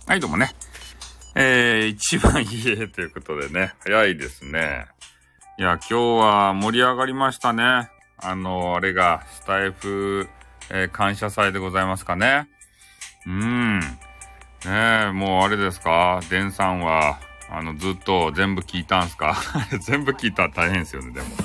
はい、どうもね。一番家ということでね、早いですね。いや、今日は盛り上がりましたね。あれが、スタイフ、感謝祭でございますかね。ねえ、もうあれですか、デンさんは、ずっと全部聞いたんすか全部聞いたら大変ですよね、でも。ね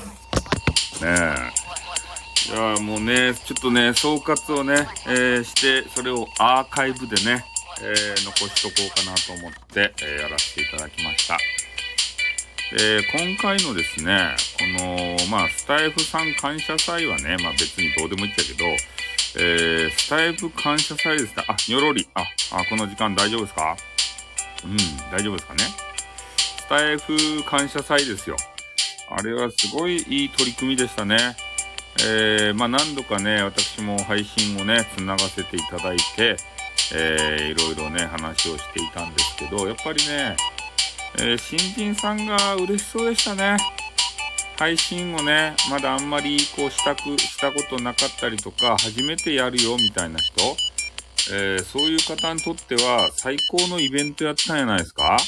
え。いや、もうね、ちょっとね、総括をね、して、それをアーカイブでね、残しとこうかなと思って、やらせていただきました。今回のですね、この、スタイフさん感謝祭はね、別にどうでもいいんだけど、スタイフ感謝祭ですね。にょろり。この時間大丈夫ですか？大丈夫ですかね。スタイフ感謝祭ですよ。あれはすごいいい取り組みでしたね。何度かね、私も配信をね、つながせていただいて、いろいろね、話をしていたんですけど、やっぱりね、新人さんが嬉しそうでしたね。配信をね、まだあんまりしたことなかったりとか、初めてやるよみたいな人、そういう方にとっては最高のイベントやったんじゃないですか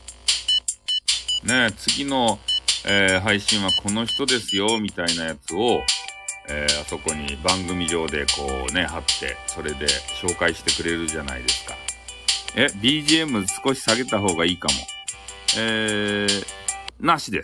ね。次の、配信はこの人ですよみたいなやつを、あそこに番組上でこうね、貼って、それで紹介してくれるじゃないですか。BGM 少し下げた方がいいかも。なしです。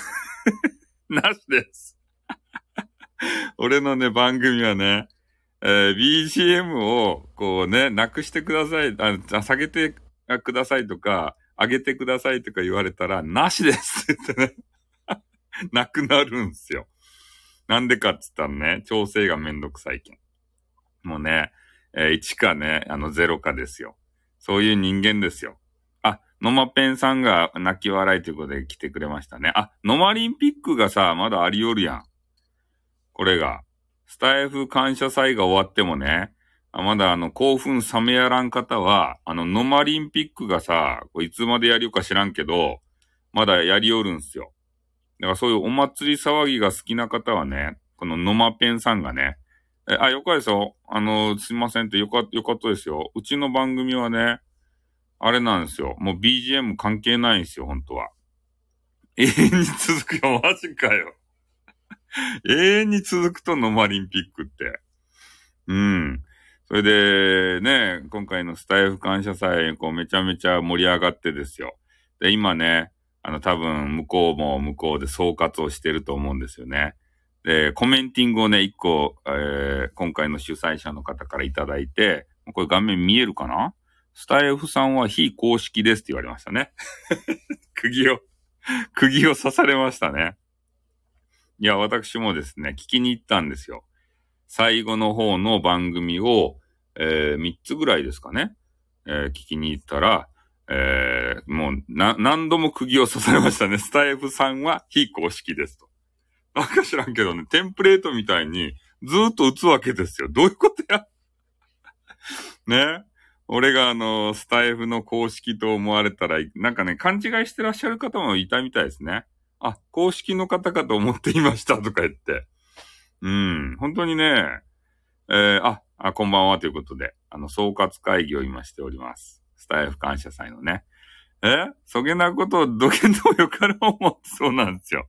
なしです。俺のね、番組はね、BGM をこうね、なくしてください、下げてくださいとか、上げてくださいとか言われたら、なしですってね、なくなるんすよ。なんでかって言ったらね、調整がめんどくさいけん。もうね、1かね、0かですよ。そういう人間ですよ。ノマペンさんが泣き笑いということで来てくれましたね。ノマリンピックがさ、まだありよるやん。これが。スタイフ感謝祭が終わってもね、まだ興奮冷めやらん方は、ノマリンピックがさ、いつまでやりよか知らんけど、まだやりよるんすよ。だからそういうお祭り騒ぎが好きな方はね、このノマペンさんがね、よかですよ。すいませんってよかったですよ。うちの番組はね、あれなんですよ。もう BGM 関係ないんですよ、本当は。永遠に続くよ、マジかよ。永遠に続くとノマリンピックって。それで、ね、今回のスタイフ感謝祭、めちゃめちゃ盛り上がってですよ。で、今ね、多分、向こうも向こうで総括をしてると思うんですよね。で、コメンティングをね、一個、今回の主催者の方からいただいて、これ画面見えるかな？スタイフさんは非公式ですって言われましたね。釘を刺されましたね。いや、私もですね、聞きに行ったんですよ。最後の方の番組を、3つぐらいですかね。聞きに行ったら、もう何度も釘を刺されましたね。スタイフさんは非公式ですと。なんか知らんけどね、テンプレートみたいにずーっと打つわけですよ。どういうことやね。俺がスタイフの公式と思われたら、なんかね、勘違いしてらっしゃる方もいたみたいですね。公式の方かと思っていましたとか言って。本当にね、こんばんはということで、総括会議を今しております。スタイフ感謝祭のね。そげなことをどけんともよから思ってそうなんですよ。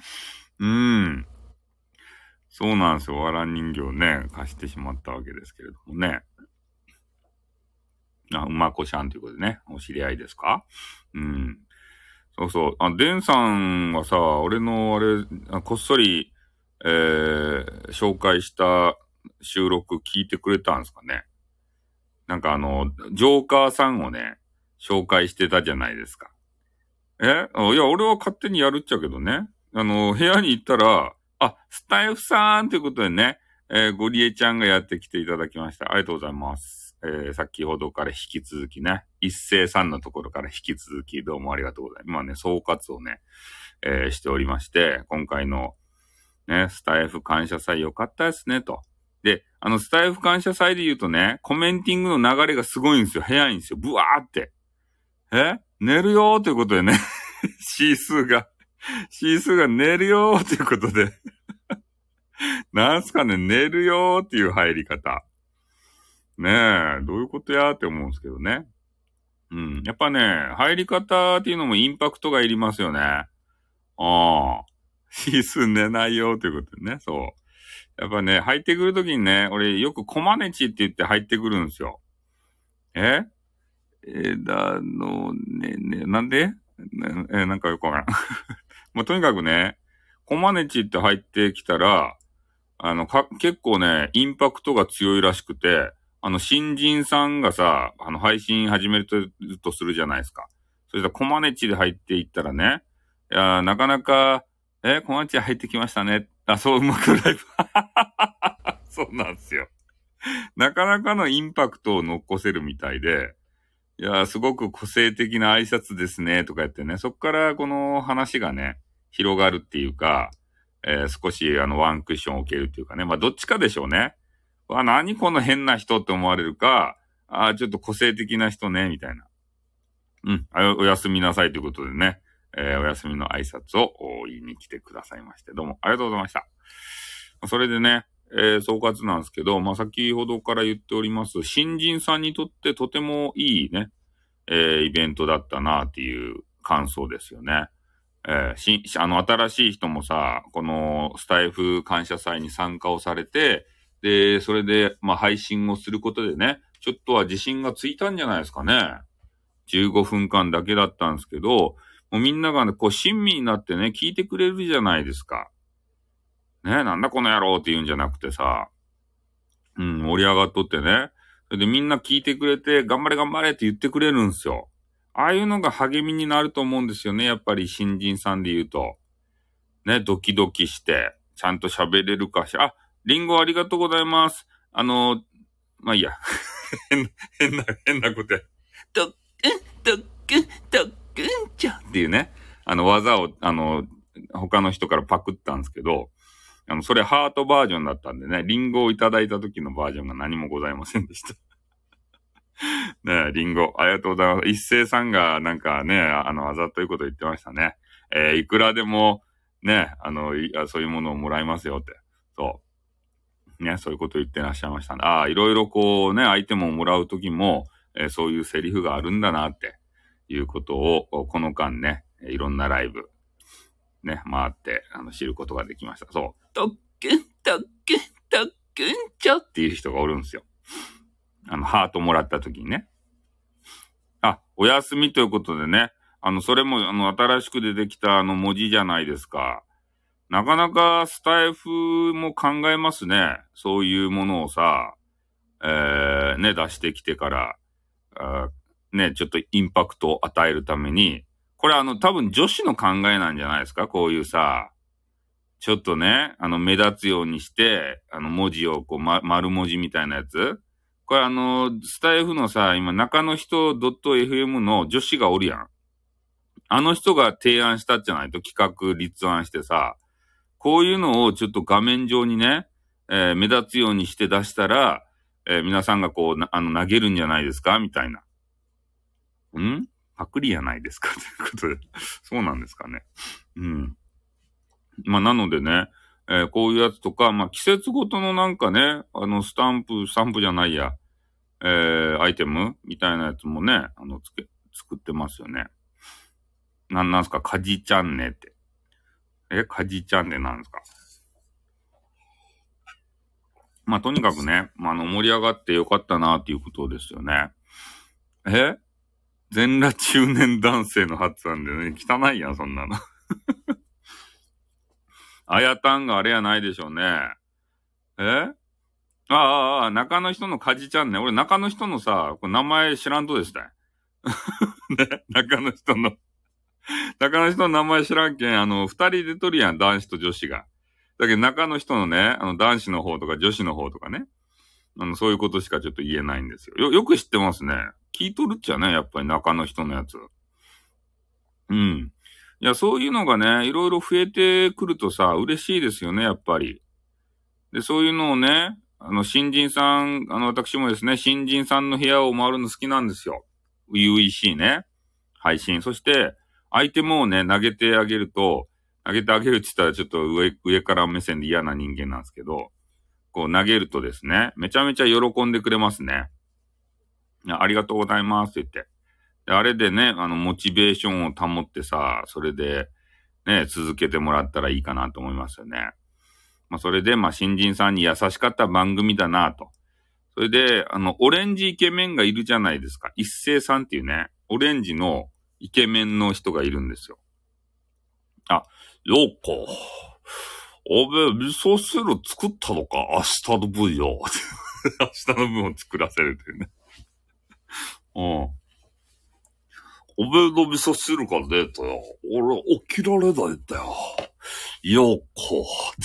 そうなんですよ。わらん人形をね、貸してしまったわけですけれどもね。馬子ちゃんということでね、お知り合いですか？そうそう。デンさんはさ、俺のこっそり、紹介した収録聞いてくれたんですかね。なんかジョーカーさんをね、紹介してたじゃないですか。いや、俺は勝手にやるっちゃけどね。部屋に行ったら、スタイフさんということでね、ゴリエちゃんがやってきていただきました。ありがとうございます。先ほどから引き続きね、一斉さんのところから引き続きどうもありがとうございます。今ね、総括をね、しておりまして、今回のね、スタイフ感謝祭良かったですね、と。で、スタイフ感謝祭で言うとね、コメンティングの流れがすごいんですよ。早いんですよ。ブワーって。寝るよーということでね、指数が寝るよーということで。なんすかね、寝るよーっていう入り方。ねえ、どういうことやーって思うんですけどね。 うん。やっぱね、入り方っていうのもインパクトがいりますよね。ああ。シースン寝ないよということでね、そう。やっぱね、入ってくるときにね、俺よくコマネチって言って入ってくるんですよ。えなんでなんかよくわからん。まあ、とにかくね、コマネチって入ってきたら、結構ね、インパクトが強いらしくて、新人さんがさ、配信始めるとするじゃないですか。それでコマネチで入っていったらね、いやー、なかなか、コマネチ入ってきましたね。あ、そう、うまくライブ。そうなんですよ。なかなかのインパクトを残せるみたいで、いやー、すごく個性的な挨拶ですね、とか言ってね、そっからこの話がね、広がるっていうか、少しワンクッション置けるっていうかね、まあどっちかでしょうね。何この変な人って思われるか、ちょっと個性的な人ね、みたいな。うん、おやすみなさいということでね、お休みの挨拶を言いに来てくださいまして、どうもありがとうございました。それでね、総括なんですけど、まあ、先ほどから言っております、新人さんにとってとてもいいね、イベントだったなっていう感想ですよね。新しい人もさ、このスタイフ感謝祭に参加をされて、で、それで、まあ、配信をすることでね、ちょっとは自信がついたんじゃないですかね。15分間だけだったんですけど、もうみんながね、こう、親身になってね、聞いてくれるじゃないですか。ね、なんだこの野郎って言うんじゃなくてさ、うん、盛り上がっとってね。それでみんな聞いてくれて、頑張れ頑張れって言ってくれるんですよ。ああいうのが励みになると思うんですよね。やっぱり新人さんで言うと。ね、ドキドキして、ちゃんと喋れるかしら。あ、リンゴありがとうございます。まあいいや。変なことや。とっくん、とっくん、とっくんちゃっていうね。技を、他の人からパクったんですけど、それハートバージョンだったんでね、リンゴをいただいた時のバージョンが何もございませんでした。ねえ、リンゴ、ありがとうございます。一斉さんがなんかね、あざということ言ってましたね。いくらでも、ね、そういうものをもらいますよって。そう。ね、そういうこと言ってらっしゃいましたね。いろいろこうね、アイテムをもらう時も、そういうセリフがあるんだなっていうことを、この間ね、いろんなライブ、ね、回って、知ることができました。そう。特訓、特訓、特訓ちょっていう人がおるんですよ。ハートもらった時にね。お休みということでね。それも、新しく出てきた文字じゃないですか。なかなかスタイフも考えますね。そういうものをさ、ね、出してきてから、ね、ちょっとインパクトを与えるために、これ多分女子の考えなんじゃないですか。こういうさ、ちょっとね、目立つようにして、文字をこう、丸文字みたいなやつ。これスタイフのさ、今、中の人 .fm の女子がおるやん。あの人が提案したじゃないと企画立案してさ、こういうのをちょっと画面上にね、目立つようにして出したら、皆さんがこう、投げるんじゃないですかみたいな。パクリやないですかということで。そうなんですかね。うん。まあ、なのでね、こういうやつとか、まあ、季節ごとのなんかね、スタンプじゃないや、アイテムみたいなやつもね、作ってますよね。なんすか、カジチャンネって。カジチャンネなんですか。まあ、とにかくね、盛り上がってよかったなっていうことですよね。全裸中年男性の発案でね、汚いやん、そんなの。あやたんがあれやないでしょうね。中の人のカジちゃんね。俺中の人のさ、これ名前知らんとでしたよ。ね、中の人の名前知らんけん、二人出とるやん、男子と女子が。だけど中の人のね、男子の方とか女子の方とかね。そういうことしかちょっと言えないんですよ。よく知ってますね。聞いとるっちゃね、やっぱり中の人のやつ。うん。いや、そういうのがね、いろいろ増えてくるとさ、嬉しいですよね、やっぱり。で、そういうのをね、新人さん、私もですね、新人さんの部屋を回るの好きなんですよ。初々しいね、配信。そして、アイテムをね、投げてあげるって言ったらちょっと上から目線で嫌な人間なんですけど、こう投げるとですね、めちゃめちゃ喜んでくれますね。ありがとうございますって言って。 であれでね、モチベーションを保ってさ、それで、ね、続けてもらったらいいかなと思いますよね。まあ、それで、まあ、新人さんに優しかった番組だなと。それで、オレンジイケメンがいるじゃないですか。一斉さんっていうね、オレンジのイケメンの人がいるんですよ。あ、ようこ。おめえ、味噌汁作ったのか明日の分よ。明日の分を作らせるというね。うん。おめえの味噌汁がねえとよ。俺、起きられないんだよ。ようこ。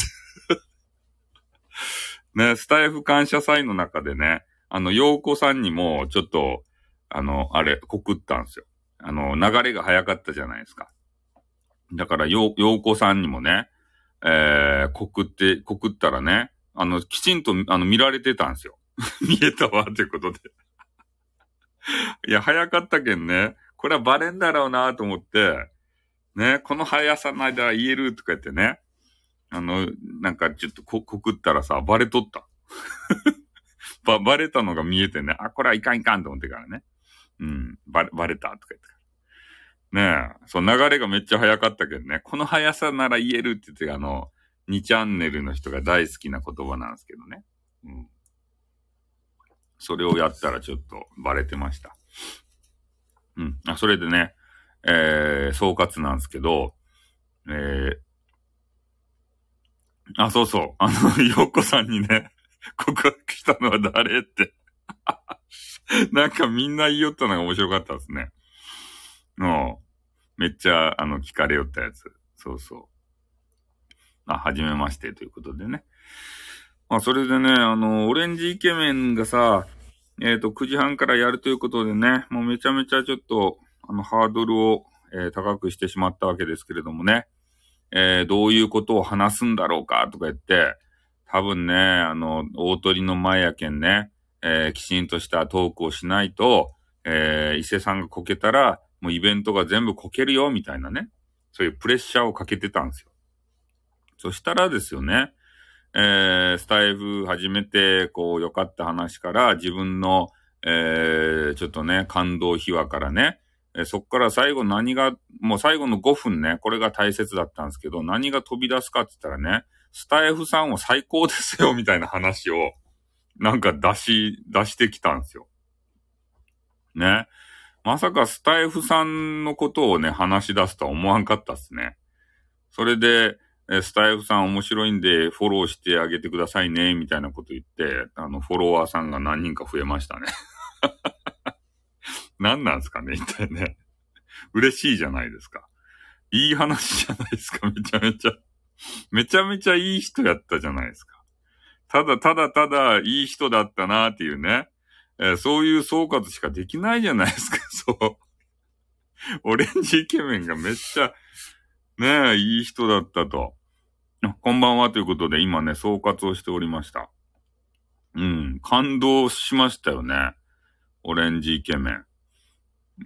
ね、スタイフ感謝祭の中でね、ようこさんにも、ちょっと、告ったんですよ。流れが早かったじゃないですか。だから、ようこさんにもね、告ったらね、きちんと、見られてたんですよ。見えたわ、ということで。いや、早かったけんね、これはバレんだろうなと思って、ね、この速さの間言えるとか言ってね、なんかちょっと告ったらさ、バレとった。バレたのが見えてね、あ、これはいかんいかんと思ってからね。うん、バレたとか言ってから。ねえ、そう流れがめっちゃ早かったけどね、この速さなら言えるって言って、2チャンネルの人が大好きな言葉なんですけどね。うん。それをやったらちょっとバレてました。うん。それでね、総括なんですけど、そうそう。ヨコさんにね、告白したのは誰って。なんかみんな言いよったのが面白かったですね。めっちゃ、聞かれよったやつ。そうそう。はじめましてということでね。それでね、オレンジイケメンがさ、9時半からやるということでね、もうめちゃめちゃちょっと、ハードルを、高くしてしまったわけですけれどもね。どういうことを話すんだろうかとか言って、多分ね、大鳥の前やけんね、きちんとしたトークをしないと、伊勢さんがこけたら、もうイベントが全部こけるよ、みたいなね。そういうプレッシャーをかけてたんですよ。そしたらですよね、スタイフ始めて、こう、良かった話から自分の、ちょっとね、感動秘話からね、そっから最後もう最後の5分ね、これが大切だったんですけど、何が飛び出すかって言ったらね、スタイフさんは最高ですよ、みたいな話を、なんか出してきたんですよ。ね。まさかスタイフさんのことをね、話し出すとは思わんかったっすね。それで、スタイフさん面白いんでフォローしてあげてくださいね、みたいなこと言って、フォロワーさんが何人か増えましたね。何なんですかね、一体ね。嬉しいじゃないですか。いい話じゃないですか、めちゃめちゃ。めちゃめちゃいい人やったじゃないですか。ただいい人だったなっていうね。そういう総括しかできないじゃないですか、そう。オレンジイケメンがめっちゃ、ねいい人だったと。こんばんはということで、今ね、総括をしておりました。うん、感動しましたよね。オレンジイケメン。うん。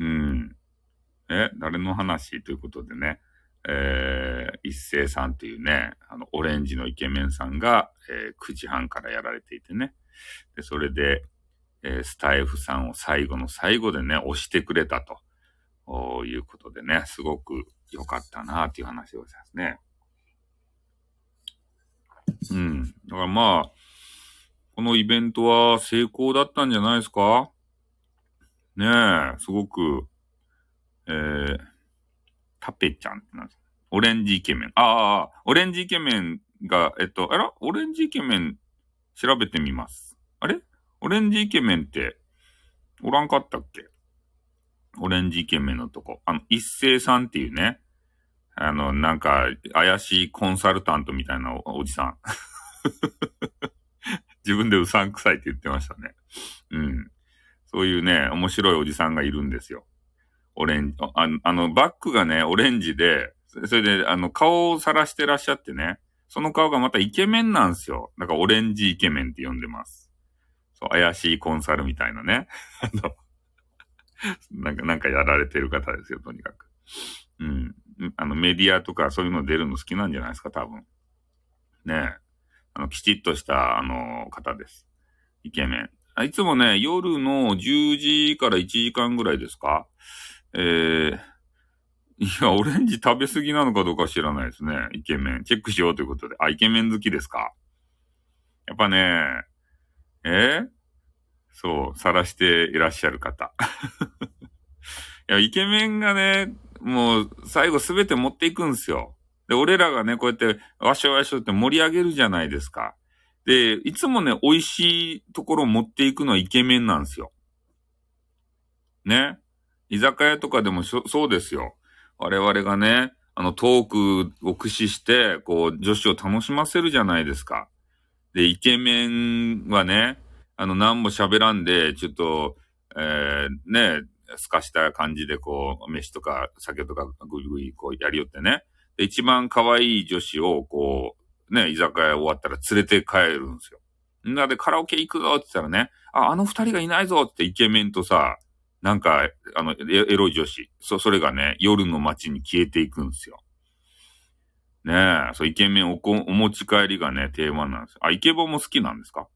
誰の話ということでね。一斉さんっていうね、オレンジのイケメンさんが、9時半からやられていてね。で、それで、スタイフさんを最後の最後でね、押してくれたということでね、すごく良かったなっていう話をしますね。うん。だからまあ、このイベントは成功だったんじゃないですかねえ、すごく、タペちゃんってなんですかオレンジイケメン。オレンジイケメンが、オレンジイケメン調べてみます。あれオレンジイケメンっておらんかったっけオレンジイケメンのとこ。一斉さんっていうね、なんか、怪しいコンサルタントみたいなおじさん。自分でうさんくさいって言ってましたね。うん。そういうね、面白いおじさんがいるんですよ。オレンジ、バックがね、オレンジで、それで、顔をさらしてらっしゃってね、その顔がまたイケメンなんですよ。だからオレンジイケメンって呼んでます。そう、怪しいコンサルみたいなね。なんかやられてる方ですよ、とにかく。うん。メディアとかそういうの出るの好きなんじゃないですか、多分。ねえ。きちっとした、方です。イケメン。 いつもね、夜の10時から1時間ぐらいですか？いや、オレンジ食べ過ぎなのかどうか知らないですね。イケメン。チェックしようということで。イケメン好きですか？やっぱね、そう、晒していらっしゃる方。いや、イケメンがね、もう最後すべて持っていくんですよ。で、俺らがね、こうやってわしょわしょって盛り上げるじゃないですか。で、いつもね、美味しいところを持っていくのはイケメンなんですよ。ね。居酒屋とかでもそうですよ。我々がね、トークを駆使して、こう、女子を楽しませるじゃないですか。で、イケメンはね、何も喋らんで、ちょっと、ね、すかした感じで、こう、飯とか酒とかぐいぐいこうやりよってね。で、一番可愛い女子を、こう、ね、居酒屋終わったら連れて帰るんですよ。なで、カラオケ行くぞって言ったらね、あの二人がいないぞってイケメンとさ、なんか、エロい女子。それがね、夜の街に消えていくんですよ。ねえ、そう、イケメンお持ち帰りがね、定番なんですよ。イケボも好きなんですか？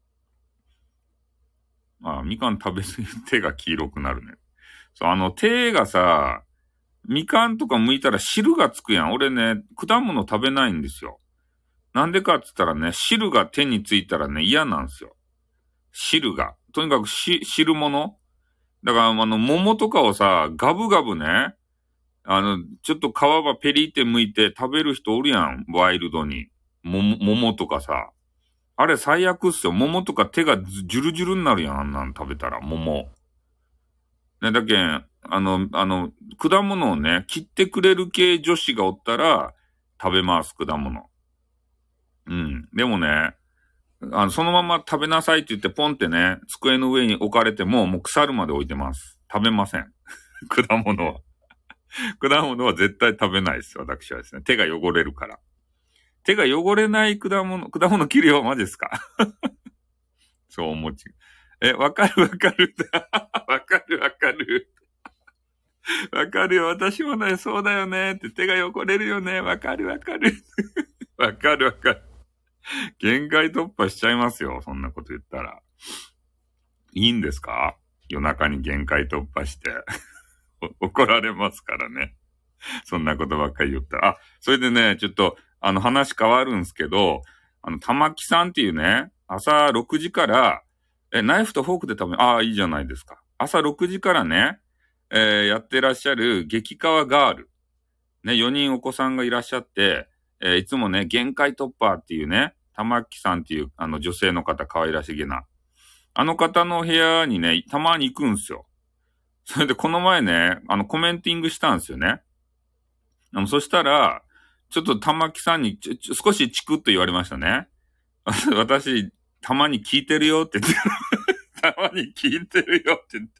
みかん食べ過ぎ手が黄色くなるね。そう、手がさ、みかんとか剥いたら汁がつくやん。俺ね、果物食べないんですよ。なんでかって言ったらね、汁が手についたらね、嫌なんですよ。汁が。とにかく汁物。だから、桃とかをさ、ガブガブね、ちょっと皮ばペリって剥いて食べる人おるやん。ワイルドに。桃とかさ。あれ最悪っすよ。桃とか手がジュルジュルになるやん。あんなん食べたら。桃。ね、だけん、果物をね、切ってくれる系女子がおったら、食べます、果物。うん。でもね、そのまま食べなさいって言ってポンってね、机の上に置かれても、もう腐るまで置いてます。食べません。果物は。果物は絶対食べないです、私はですね。手が汚れるから。手が汚れない果物切るよ、マジですか？そう思っちゃう。わかるわかる。わかるわかる。わかるよ、私もね、そうだよね。って手が汚れるよね。わかるわかる。わかるわかる。限界突破しちゃいますよ、そんなこと言ったら。いいんですか？夜中に限界突破して。怒られますからね。そんなことばっかり言ったら。それでね、ちょっと、話変わるんですけど、玉木さんっていうね、朝6時から、ナイフとフォークで食べ、いいじゃないですか。朝6時からね、やってらっしゃる激川ガール。ね、4人お子さんがいらっしゃって、いつもね、限界突破っていうね、玉木さんっていう、女性の方、可愛らしげな。あの方の部屋にね、たまに行くんですよ。それでこの前ね、コメンティングしたんですよね。そしたら、ちょっと玉木さんに少しチクッと言われましたね。私、たまに聞いてるよって言って、たまに聞いてるよって言って。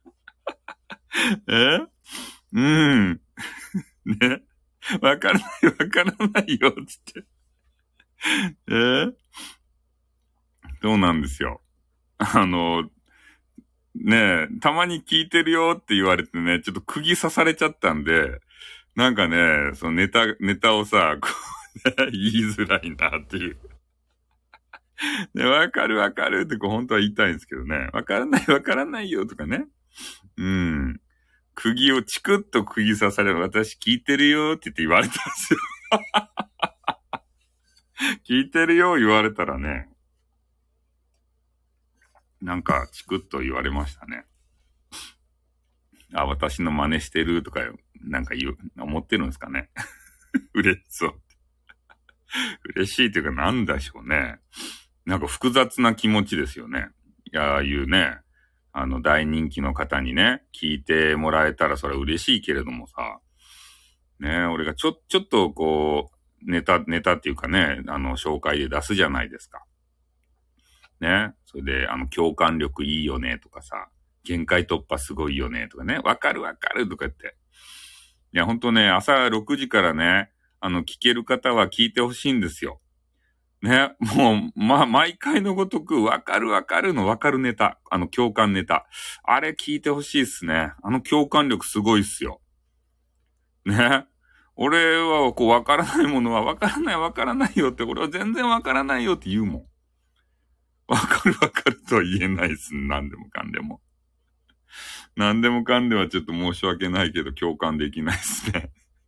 うん。ね。わからないわからないよ、つって。そうなんですよ。ねたまに聞いてるよって言われてね、ちょっと釘刺されちゃったんで、なんかね、そのネタをさ、こう、ね、言いづらいなっていう。ね、わかるわかるってこう本当は言いたいんですけどね。わからないわからないよとかね。うん。釘をチクッと釘刺される。私聞いてるよって言われたんですよ。聞いてるよ言われたらね。なんかチクッと言われましたね。私の真似してるとか、なんか思ってるんですかね。嬉しそう。嬉しいというかなんでしょうね。なんか複雑な気持ちですよね。ああいうね、大人気の方にね、聞いてもらえたらそれは嬉しいけれどもさ、ね、俺がちょっとこう、ネタっていうかね、紹介で出すじゃないですか。ね。それで、共感力いいよねとかさ、限界突破すごいよねとかね、わかるわかるとか言って。いや、ほんとね、朝6時からね、聞ける方は聞いてほしいんですよ。ね、もう、毎回のごとく、わかるわかるのわかるネタ。共感ネタ。あれ聞いてほしいっすね。共感力すごいっすよ。ね。俺は、こう、わからないものは、わからないよって、俺は全然わからないよって言うもん。 わかるわかるとは言えないです。なんでもかんでも。なんでもかんではちょっと申し訳ないけど共感できないですね。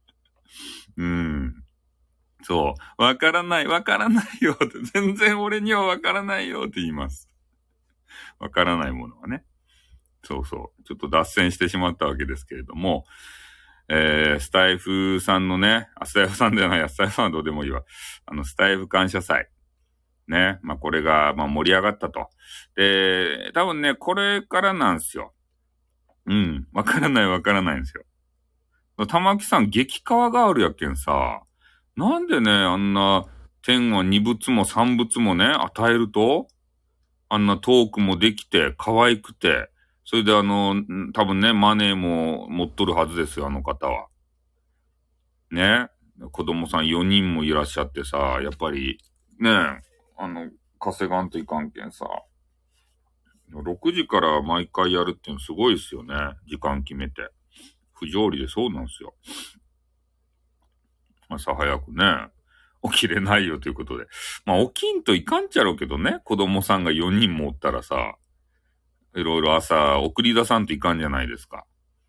そう。わからないよって、全然俺にはわからないよって言います。わからないものはね。そうそう。ちょっと脱線してしまったわけですけれども、スタイフさんのね、スタイフさんじゃないや、スタイフさんはどうでもいいわ。スタイフ感謝祭。ね。まあ、これが、まあ、盛り上がったと。で、多分ね、これからなんですよ。わからないんですよ。玉木さん、激川があるやけんさ、なんでね、あんな、天は二物も三物もね、与えると、あんなトークもできて、可愛くて、それで多分ね、マネーも持っとるはずですよ、あの方は。ね。子供さん4人もいらっしゃってさ、やっぱり、ね、稼がんといかんけんさ。6時から毎回やるっていうのすごいですよね。時間決めて。不条理でそうなんですよ。朝早くね、起きれないよということで。まあ起きんといかんちゃろうけどね。子供さんが4人もおったらさ、いろいろ朝送り出さんといかんじゃないですか。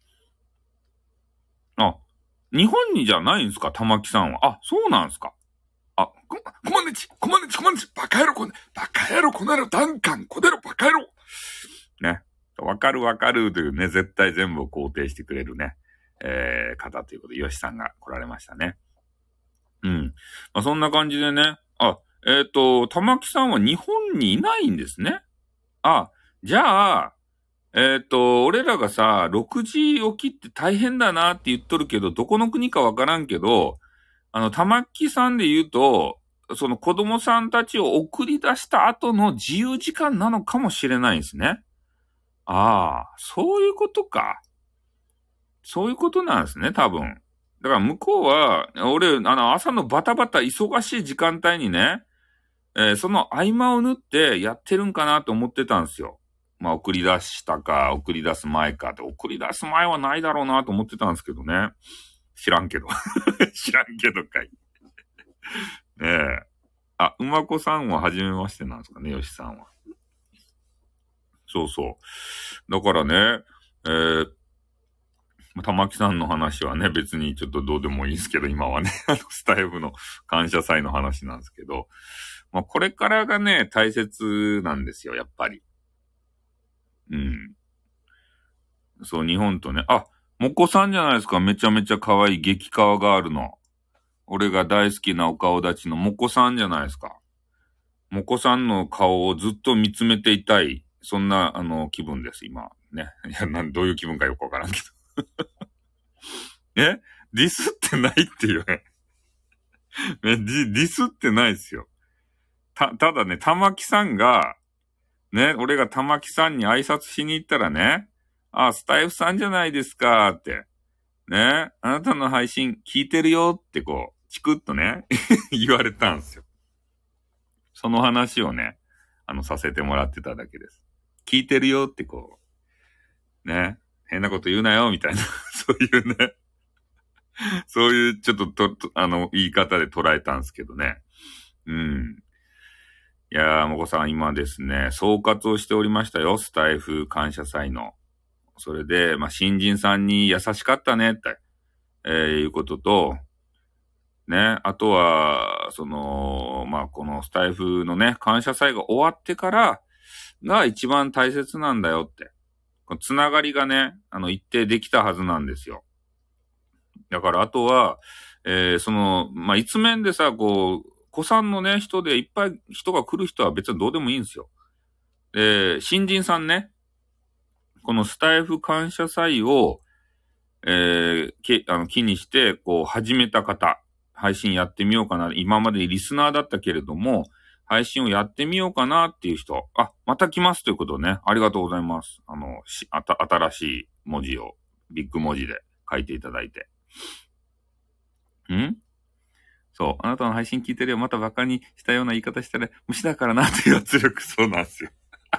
あ、日本にじゃないんですか、玉木さんは。あ、そうなんですか。 コマネチ、バカ野郎、この野郎、ダンカン、この野郎、バカ野郎。 ね。わかるというね、絶対全部を肯定してくれるね、方ということで、ヨシさんが来られましたね。まあ、そんな感じでね。玉木さんは日本にいないんですね。じゃあ、俺らがさ、6時起きって大変だなって言っとるけど、どこの国かわからんけど、玉木さんで言うと、その子供さんたちを送り出した後の自由時間なのかもしれないんですね。そういうことか。そういうことなんですね、多分。だから向こうは、俺、朝のバタバタ忙しい時間帯にね、その合間を縫ってやってるんかなと思ってたんですよ。まあ、送り出したか、送り出す前かって、送り出す前はないだろうなと思ってたんですけどね。知らんけど。知らんけどかい。ねえ。馬子さんは初めましてなんですかね、吉さんは。そうそう。だからね、玉木さんの話はね、別にちょっとどうでもいいですけど、今はね、スタイフの感謝祭の話なんですけど、まあ、これからがね、大切なんですよ、やっぱり。そう、日本とね、もこさんじゃないですか、めちゃめちゃ可愛い激川ガールの。俺が大好きなお顔立ちのもこさんじゃないですか。もこさんの顔をずっと見つめていたい。そんな、気分です、今。ね。いや、どういう気分かよくわからんけど。ディスってないっていうね。ディスってないですよ。ただね、玉木さんが、ね、俺が玉木さんに挨拶しに行ったらね、スタイフさんじゃないですかって。ね、あなたの配信聞いてるよってこう、チクッとね、言われたんですよ。その話をね、させてもらってただけです。聞いてるよってこう、ね、変なこと言うなよみたいな、そういうね、そういうちょっと言い方で捉えたんですけどね。いやー、もこさん今ですね、総括をしておりましたよ、スタイフ感謝祭の。それで、まあ、新人さんに優しかったねって、いうことと、ね、あとは、まあ、このスタイフのね、感謝祭が終わってからが一番大切なんだよって。つながりがね、一定できたはずなんですよ。だから、あとは、まあ、一面でさ、こう、子さんのね、人でいっぱい人が来る人は別にどうでもいいんですよ。で、新人さんね、このスタイフ感謝祭を、気にして、こう、始めた方、配信やってみようかな。今までリスナーだったけれども、配信をやってみようかなっていう人。また来ますということね。ありがとうございます。新しい文字を、ビッグ文字で書いていただいて。そう。あなたの配信聞いてるよ。また馬鹿にしたような言い方したら、無視だからなっていう圧力。そうなんですよ。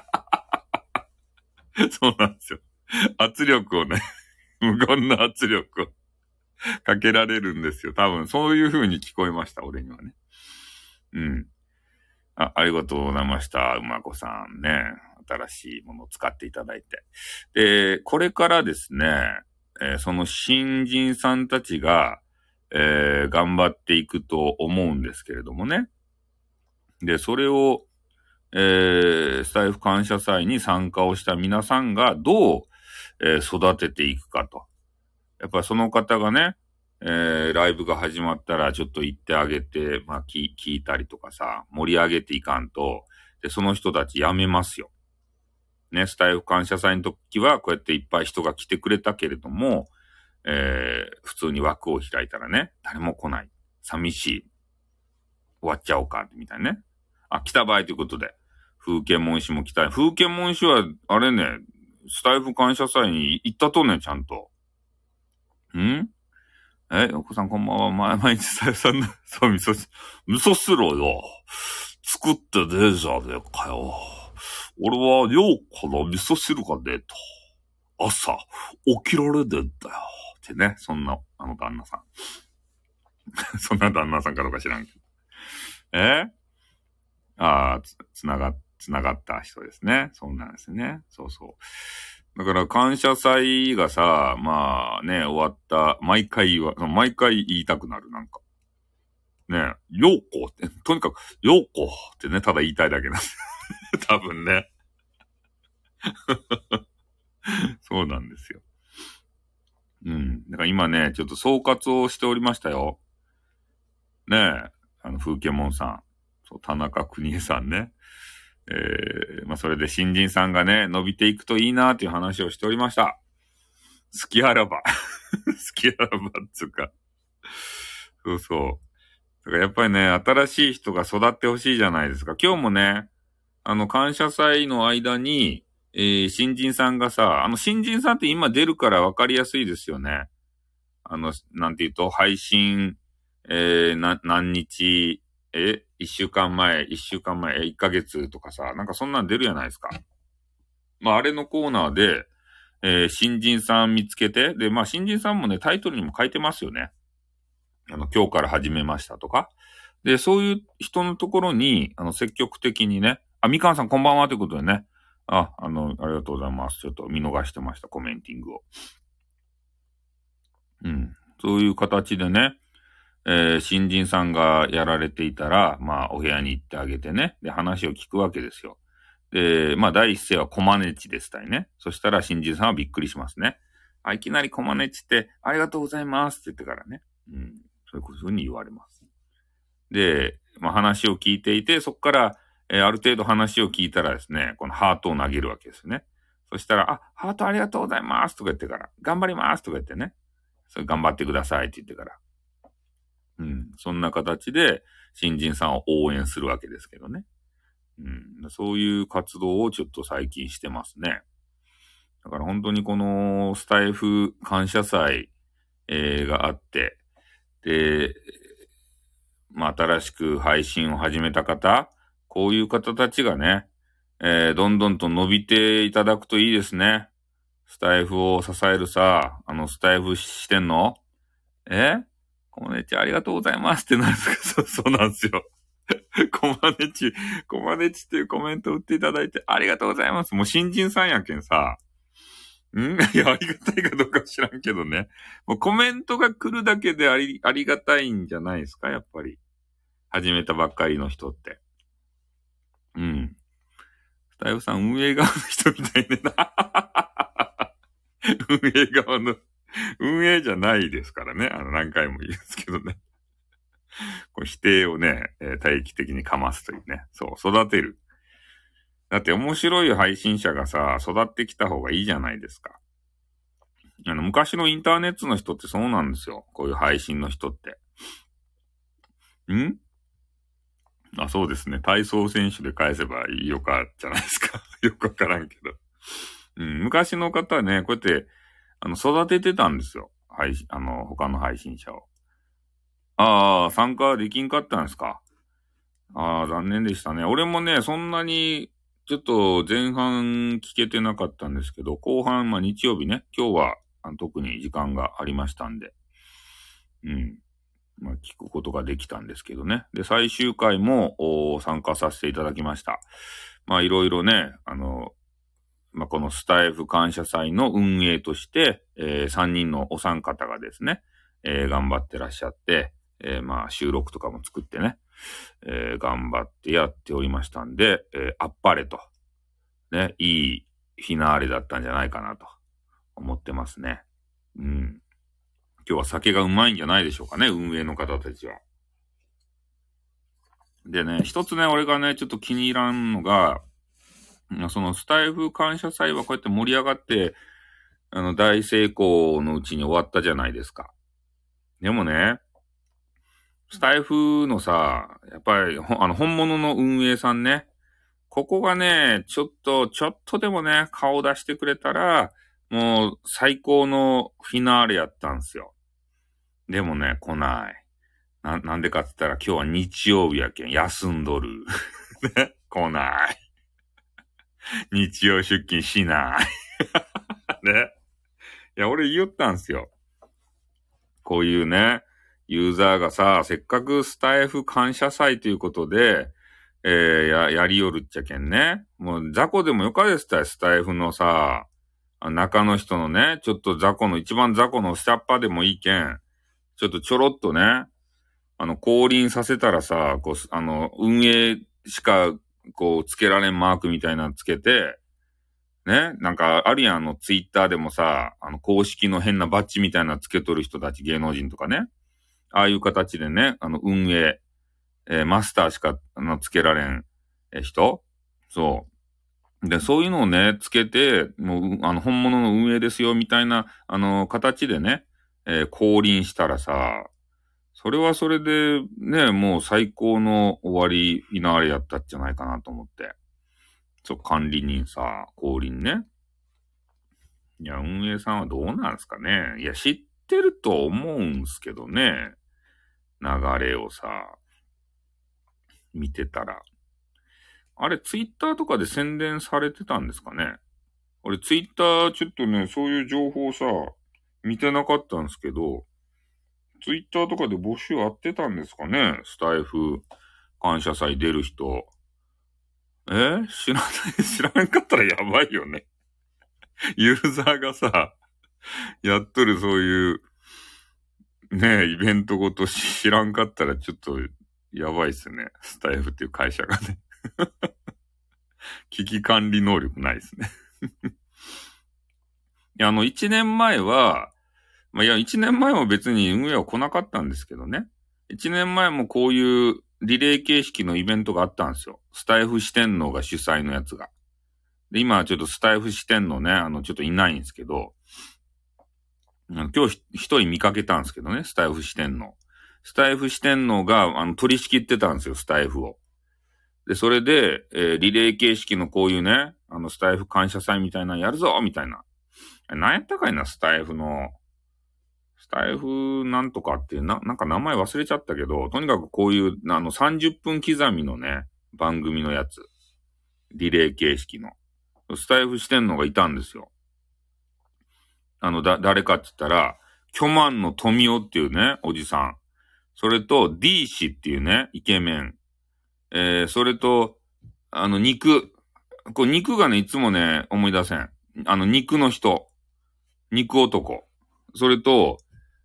そうなんですよ。圧力をね、無言の圧力をかけられるんですよ。多分、そういう風に聞こえました、俺にはね。 ありがとうございました。馬子さんね。新しいものを使っていただいて。で、これからですね、その新人さんたちが、頑張っていくと思うんですけれどもね。で、それを、スタイフ感謝祭に参加をした皆さんがどう、育てていくかと。やっぱりその方がね、ライブが始まったらちょっと行ってあげて、まあ聞いたりとかさ、盛り上げていかんと、で、その人たち辞めますよ。ね、スタイフ感謝祭の時はこうやっていっぱい人が来てくれたけれども、普通に枠を開いたらね、誰も来ない。寂しい。終わっちゃおうか、みたいなね。あ、来た場合ということで、風景文士も来たい。風景文士は、あれね、スタイフ感謝祭に行ったとね、ちゃんと。お子さんこんばんは。毎日スタイフさんの、そう、味噌汁をよ、作ってねえじゃねえかよ。俺はようから味噌汁がねえと。朝、起きられねえんだよ。ってね、そんな、旦那さん。そんな旦那さんかどうか知らんけど。つながった人ですね。そうなんですね。そうそう。だから感謝祭がさ、まあね、終わった、毎回言いたくなる、なんか。ね、ようこって、とにかく、ようこってね、ただ言いたいだけなんです。多分ね。そうなんですよ。うん。だから今ね、ちょっと総括をしておりましたよ。ねえ、風景門さん。そう、田中邦衛さんね。まあ、それで新人さんがね、伸びていくといいなっていう話をしておりました。好きあらば。好きあらばっつうか。そうそう。だからやっぱりね、新しい人が育ってほしいじゃないですか。今日もね、感謝祭の間に、新人さんがさ、新人さんって今出るから分かりやすいですよね。なんて言うと、配信、何日、1週間前、1ヶ月とかさ、なんかそんなん出るじゃないですか。まあ、あれのコーナーで、新人さん見つけて、で、まあ、新人さんもね、タイトルにも書いてますよね。今日から始めましたとか。で、そういう人のところに、積極的にね、みかんさんこんばんはということでね。ありがとうございます。ちょっと見逃してました、コメンティングを。うん。そういう形でね、新人さんがやられていたら、まあ、お部屋に行ってあげてね。で、話を聞くわけですよ。で、まあ、第一声はコマネチでしたいね。そしたら新人さんはびっくりしますね。いきなりコマネチって、ありがとうございますって言ってからね。うん。そういうふうに言われます。で、まあ、話を聞いていて、そこから、ある程度話を聞いたらですね、このハートを投げるわけですね。そしたら、ハートありがとうございますとか言ってから、頑張りますとか言ってね。それ頑張ってくださいって言ってから。うん。そんな形で、新人さんを応援するわけですけどね。うん。そういう活動をちょっと最近してますね。だから本当にこのスタイフ感謝祭、があって、で、まあ、新しく配信を始めた方、こういう方たちがね、どんどんと伸びていただくといいですね。スタイフを支えるさ、スタイフしてんのコマネチありがとうございますってなるんですかそうなんですよ。コマネチっていうコメントを打っていただいてありがとうございます。もう新人さんやけんさ。いや、ありがたいかどうか知らんけどね。もうコメントが来るだけでありがたいんじゃないですか、やっぱり。始めたばっかりの人って。うん。スタイフさん運営側の人みたいねな。運営じゃないですからね。何回も言うんですけどね。こう否定をね、大気的にかますというね。そう、育てる。だって面白い配信者がさ、育ってきた方がいいじゃないですか。昔のインターネットの人ってそうなんですよ。こういう配信の人って。そうですね。体操選手で返せばいいよか、じゃないですか。よくわからんけど。昔の方はね、こうやって、育ててたんですよ。他の配信者を。参加できんかったんですか。残念でしたね。俺もね、そんなに、ちょっと前半聞けてなかったんですけど、後半、まあ日曜日ね、今日は特に時間がありましたんで。 まあ、聞くことができたんですけどね。で、最終回も参加させていただきました。まあ、いろいろね、まあ、このスタイフ感謝祭の運営として、3人のお三方がですね、頑張ってらっしゃって、まあ、収録とかも作ってね、頑張ってやっておりましたんで、あっぱれと、ね、いいフィナーレだったんじゃないかなと思ってますね。うん。今日は酒がうまいんじゃないでしょうかね、運営の方たちは。でね、一つね、俺がね、ちょっと気に入らんのが、そのスタイフ感謝祭はこうやって盛り上がって、大成功のうちに終わったじゃないですか。でもね、スタイフのさ、やっぱり、本物の運営さんね、ここがね、ちょっとでもね、顔出してくれたら、もう最高のフィナーレやったんすよ。でもね、来ない。なんでかって言ったら今日は日曜日やけん、休んどる。ね、来ない。日曜出勤しない。ね。いや、俺言ったんすよ。こういうね、ユーザーがさ、せっかくスタイフ感謝祭ということで、やりよるっちゃけんね。もう雑魚でもよかですたよ、スタイフのさ、中の人のね、ちょっと一番雑魚の下っ端でもいいけん、ちょっとちょろっとね、降臨させたらさ、こう、運営しか、こう、つけられんマークみたいなのつけて、ね、なんか、あるやん、ツイッターでもさ、公式の変なバッジみたいなのつけとる人たち、芸能人とかね。ああいう形でね、運営、マスターしか、つけられん、人そう。で、そういうのをね、つけて、もう、本物の運営ですよ、みたいな、形でね、降臨したらさ、それはそれで、ね、もう最高の終わり、フィナーレやったんじゃないかなと思って。そう、管理人さ、降臨ね。いや、運営さんはどうなんですかね。いや、知ってると思うんすけどね。流れをさ、見てたら。あれ、ツイッターとかで宣伝されてたんですかね。俺、ツイッターちょっとね、そういう情報さ、見てなかったんですけど、ツイッターとかで募集あってたんですかね。スタイフ感謝祭出る人。知らんかったらやばいよね。ユーザーがさ、やっとるそういう、ねイベントごと知らんかったらちょっとやばいっすね。スタイフっていう会社がね。危機管理能力ないですね。いや、1年前は、1年前も別に運営は来なかったんですけどね。1年前もこういうリレー形式のイベントがあったんですよ。スタイフ四天王が主催のやつが。で、今はちょっとスタイフ四天王ね、ちょっといないんですけど、今日一人見かけたんですけどね、スタイフ四天王。スタイフ四天王が、取り仕切ってたんですよ、スタイフを。で、それで、リレー形式のこういうね、スタイフ感謝祭みたいなのやるぞみたいな。何やったかいな、スタイフなんとかっていう、なんか名前忘れちゃったけど、とにかくこういう、30分刻みのね、番組のやつ。リレー形式の。スタイフ四天王がいたんですよ。誰かって言ったら、巨万の富夫っていうね、おじさん。それと、D 氏っていうね、イケメン。それと、肉。肉がね、いつもね、思い出せん。肉の人。肉男。それと、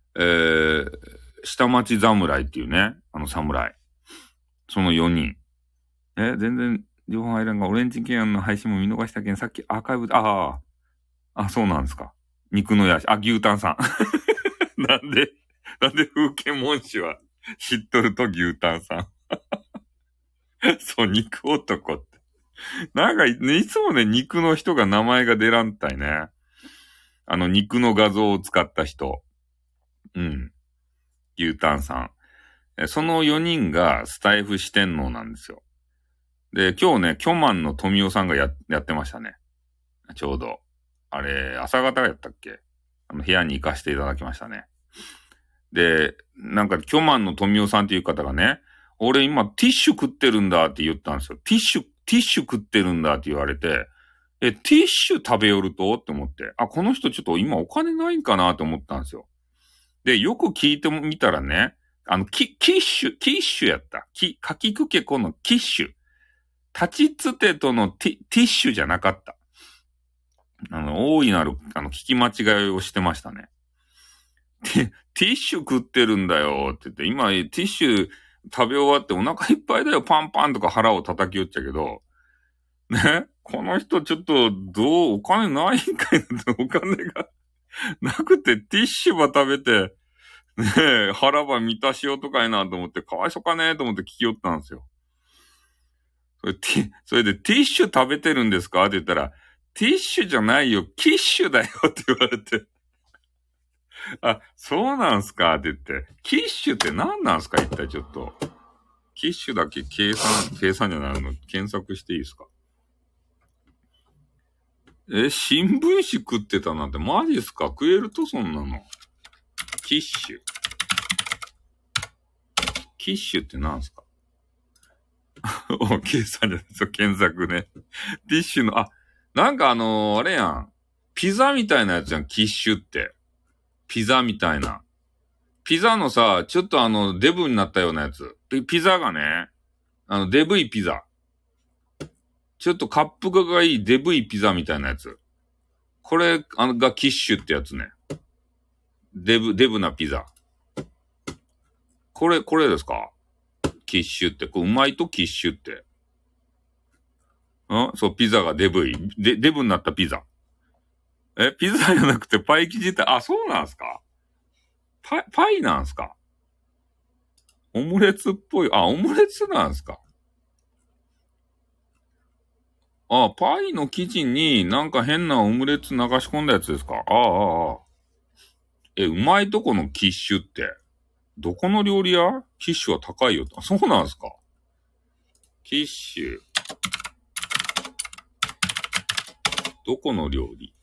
下町侍っていうね、侍。その4人。全然、情報入らんが、オレンジケアンの配信も見逃したけん、さっきアーカイブで、そうなんですか。肉のやし、牛タンさん。なんで風景文字は知っとると牛タンさん。そう、肉男って。なんか、ね、いつもね、肉の人が名前が出らんたいね。肉の画像を使った人。うん。牛タンさん。その4人がスタイフ四天王なんですよ。で、今日ね、巨万の富夫さんがやってましたね。ちょうど。あれ、朝方やったっけ？部屋に行かせていただきましたね。で、なんか、巨万の富夫さんっていう方がね、俺今ティッシュ食ってるんだって言ったんですよ。ティッシュ食ってるんだって言われて、ティッシュ食べよるとって思って、この人ちょっと今お金ないんかなって思ったんですよ。で、よく聞いてみたらね、 キッシュやった。かきくけこのキッシュ。立ちつてとのティッシュじゃなかった。大いなる、聞き間違いをしてましたね。ティッシュ食ってるんだよって言って、今、ティッシュ食べ終わってお腹いっぱいだよ、パンパンとか腹を叩きよっちゃけど、ね、この人ちょっと、お金ないんかいなって、お金がなくてティッシュば食べて、ね腹ば満たしようとかいなと思って、かわいそうかねと思って聞きよったんですよ。それでティッシュ食べてるんですかって言ったら、ティッシュじゃないよ、キッシュだよって言われて。あ、そうなんすかって言って。キッシュって何なんすか一体ちょっと。キッシュだけ計算じゃないの検索していいですか？新聞紙食ってたなんてマジっすか？食えるとそんなの。キッシュ。キッシュって何すか？計算じゃないですよ、検索ね。ティッシュの、なんかあれやん。ピザみたいなやつやん、キッシュって。ピザみたいな。ピザのさ、ちょっとデブになったようなやつ。ピザがね、デブいピザ。ちょっとカップがいいデブいピザみたいなやつ。これ、がキッシュってやつね。デブなピザ。これですか？キッシュって。これうまいとキッシュって。そう、ピザがデブい。デブになったピザ。ピザじゃなくてパイ生地って、そうなんすか？パイなんすか？オムレツっぽい。オムレツなんすか？パイの生地になんか変なオムレツ流し込んだやつですか？うまいとこのキッシュって、どこの料理屋？キッシュは高いよ。そうなんすか？キッシュ。どこの料理？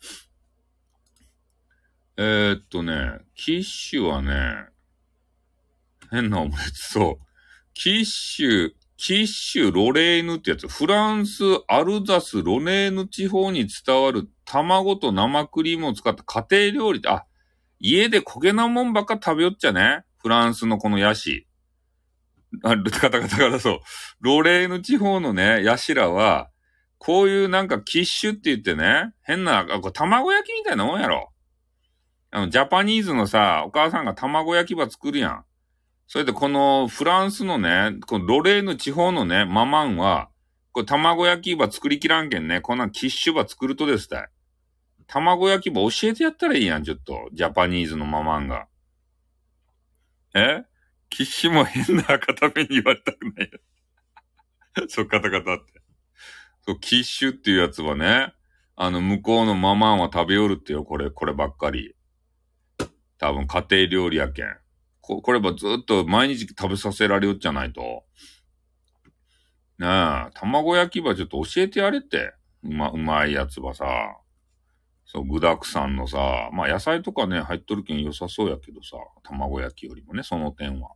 キッシュはね、変なオムレツ、そう。キッシュロレーヌってやつ。フランス、アルザス、ロネーヌ地方に伝わる卵と生クリームを使った家庭料理。家で焦げなもんばっか食べよっちゃね。フランスのこのヤシ。カタカタからそう。ロレーヌ地方のね、ヤシらは、こういうなんかキッシュって言ってね、変な、卵焼きみたいなもんやろ。ジャパニーズのさ、お母さんが卵焼き場作るやん。それでこのフランスのね、このロレーヌ地方のね、ママンは、これ卵焼き場作りきらんけんね、こんなキッシュ場作るとですたい。卵焼き場教えてやったらいいやん、ちょっと。ジャパニーズのママンが。キッシュも変な固めに言われたくないよ。そう、カタカタって。そう、キッシュっていうやつはね、向こうのママンは食べよるってよ、こればっかり。多分家庭料理やけん。こればずっと毎日食べさせられよっちゃないと。ねえ、卵焼きばちょっと教えてやれって。うまいやつばさ。そう、具沢山のさ、まあ野菜とかね、入っとるけん良さそうやけどさ、卵焼きよりもね、その点は。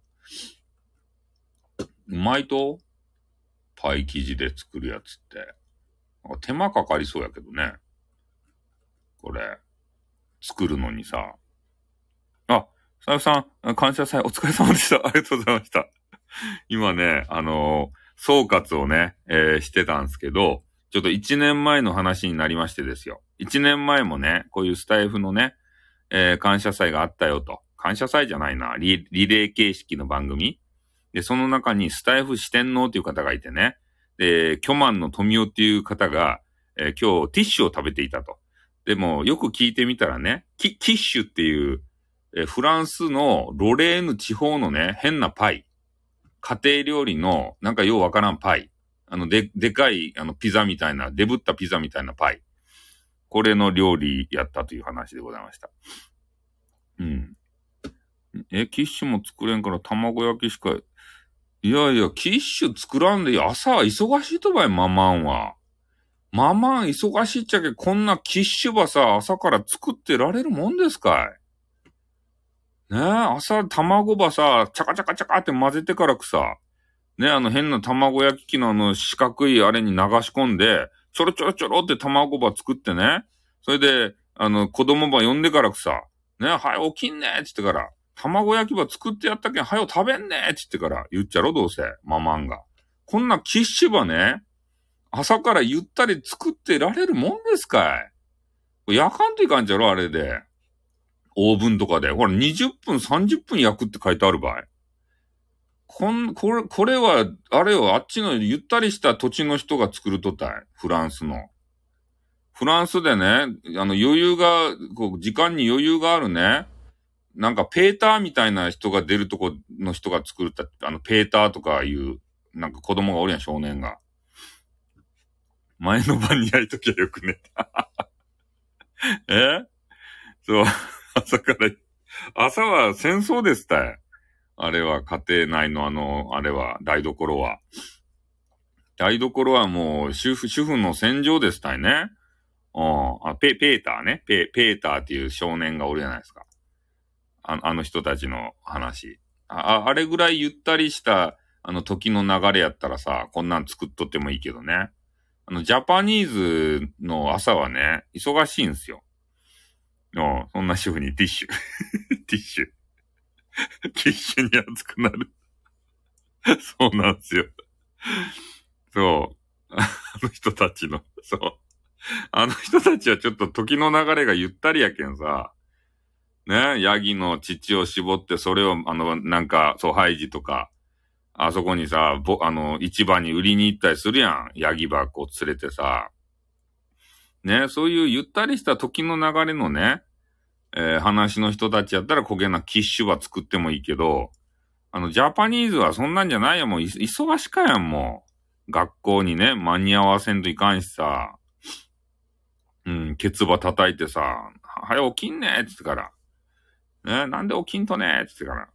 うまいとパイ生地で作るやつって。手間かかりそうやけどね。これ、作るのにさ。さゆさん、感謝祭お疲れ様でした。ありがとうございました。今ね、総括をね、してたんですけど、ちょっと1年前の話になりましてですよ。1年前もね、こういうスタイフのね、感謝祭があったよと。感謝祭じゃないな、リレー形式の番組。で、その中にスタイフ四天王っていう方がいてね、で、巨万の富夫っていう方が、今日ティッシュを食べていたと。でも、よく聞いてみたらね、キッシュっていう、フランスのロレーヌ地方のね、変なパイ。家庭料理の、なんかようわからんパイ。でかい、ピザみたいな、デブったピザみたいなパイ。これの料理やったという話でございました。うん。キッシュも作れんから卵焼きしか、いやいや、キッシュ作らんでいい。朝忙しいとばい、ママンは。ママン忙しいっちゃけ、こんなキッシュばさ、朝から作ってられるもんですかい。ねえ、朝卵ばさ、チャカチャカチャカって混ぜてからくさ、ねえ、変な卵焼き器の四角いあれに流し込んで、ちょろちょろちょろって卵ば作ってね、それで、子供ば呼んでからくさ、ねえ、はい、起きんねって言ってから、 卵焼き場作ってやったけん、はよ食べんねーって言ってから言っちゃろ、どうせ。ママンが。こんなキッシュばね、朝からゆったり作ってられるもんですかい。焼かんといかんじゃろ、あれで。オーブンとかで。ほら、20分、30分焼くって書いてある場合。これは、あれよ、あっちのゆったりした土地の人が作るとたい。フランスの。フランスでね、余裕が、時間に余裕があるね。なんかペーターみたいな人が出るとこの人が作った、ペーターとかいう、なんか子供がおるやん、少年が。前の晩に焼いときゃよく寝た。そう、朝は戦争ですたい。あれは家庭内のあれは、台所は。台所はもう主婦の戦場ですたいね。ペーターね。ペーターっていう少年がおるじゃないですか。あの人たちの話。あれぐらいゆったりした、時の流れやったらさ、こんなん作っとってもいいけどね。ジャパニーズの朝はね、忙しいんですよ。そんな主婦にティッシュ。ティッシュ。ティッシュに熱くなる。そうなんですよ。そう。人たちの、そう。あの人たちはちょっと時の流れがゆったりやけんさ、ね、ヤギの乳を絞って、それを、なんか、そう、ハイジとか、あそこにさ、市場に売りに行ったりするやん。ヤギ箱を連れてさ。ね、そういうゆったりした時の流れのね、話の人たちやったら焦げなキッシュは作ってもいいけど、ジャパニーズはそんなんじゃないよ。もう、忙しかやん、もう。学校にね、間に合わせんといかんしさ。ケツバ叩いてさ、はよ起きんねって言ってから。ね、なんで起きんとねって言ってから。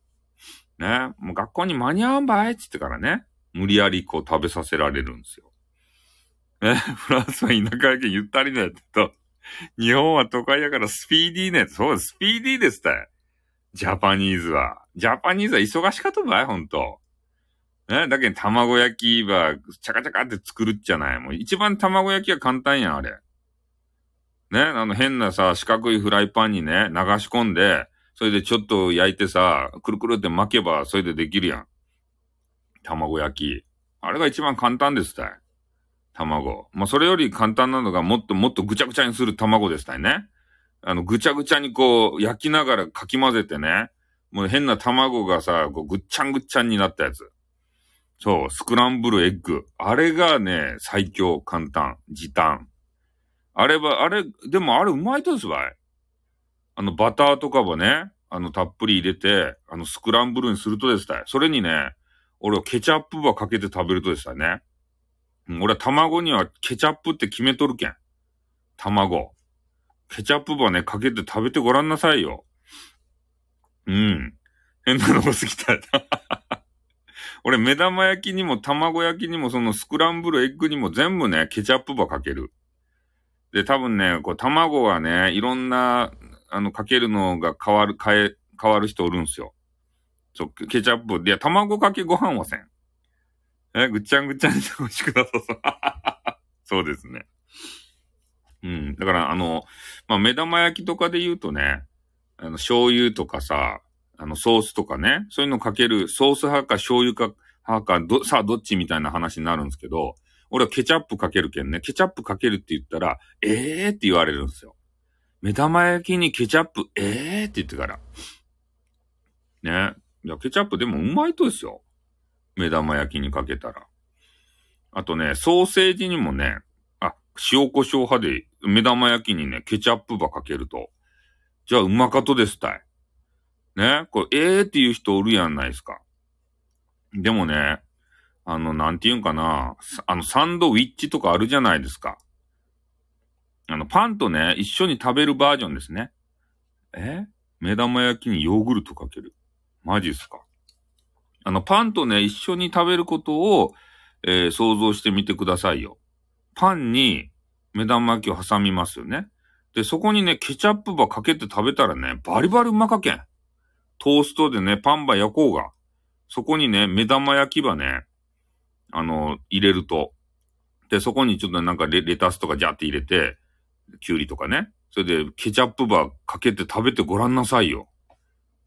ね、もう学校に間に合わんばいって言ってからね。無理やりこう食べさせられるんですよ。フランスは田舎やけんゆったりなやつと、日本は都会やからスピーディーなやつ。そうです、スピーディーですたい。ジャパニーズは忙しかったばい、ほんと。ね、だけど卵焼きは、チャカチャカって作るっちゃない。もう一番卵焼きは簡単やん、あれ。ね、変なさ、四角いフライパンにね、流し込んで、それでちょっと焼いてさ、くるくるって巻けば、それでできるやん。卵焼き。あれが一番簡単ですたい。卵。まあ、それより簡単なのがもっともっとぐちゃぐちゃにする卵ですたいね。ぐちゃぐちゃにこう、焼きながらかき混ぜてね。もう変な卵がさ、こうぐっちゃんぐっちゃんになったやつ。そう、スクランブルエッグ。あれがね、最強、簡単、時短。でもあれうまいとですわい。バターとかはね、たっぷり入れて、スクランブルにするとですたい。それにね、俺はケチャップばかけて食べるとですたいね。俺は卵にはケチャップって決めとるけん。卵。ケチャップばね、かけて食べてごらんなさいよ。変なのが好きだよ。俺、目玉焼きにも卵焼きにもそのスクランブルエッグにも全部ね、ケチャップばかける。で、多分ね、こう、卵がね、いろんな、かけるのが変わる人おるんすよ。そう、ケチャップ。いや、卵かけご飯はせん。ぐっちゃんぐっちゃんにしてほしくなさそう。そうですね。だから、まあ、目玉焼きとかで言うとね、醤油とかさ、ソースとかね、そういうのかける、ソース派か醤油か派か、さあどっちみたいな話になるんですけど、俺はケチャップかけるけんね、ケチャップかけるって言ったら、って言われるんですよ。目玉焼きにケチャップ、って言ってから。ね。いや、ケチャップでもうまいとですよ。目玉焼きにかけたら。あとね、ソーセージにもね、塩コショウ派で、目玉焼きにね、ケチャップばかけると。じゃあ、うまかとですたい。ね。これ、っていう人おるやんないですか。でもね、なんて言うんかな、サンドウィッチとかあるじゃないですか。パンとね、一緒に食べるバージョンですね。目玉焼きにヨーグルトかける。マジっすか。パンとね、一緒に食べることを、想像してみてくださいよ。パンに目玉焼きを挟みますよね。で、そこにね、ケチャップばかけて食べたらね、バリバリうまかけん。トーストでね、パンば焼こうが。そこにね、目玉焼きばね、入れると。で、そこにちょっとなんかレタスとかジャーって入れて、キュウリとかね。それでケチャップばかけて食べてごらんなさいよ。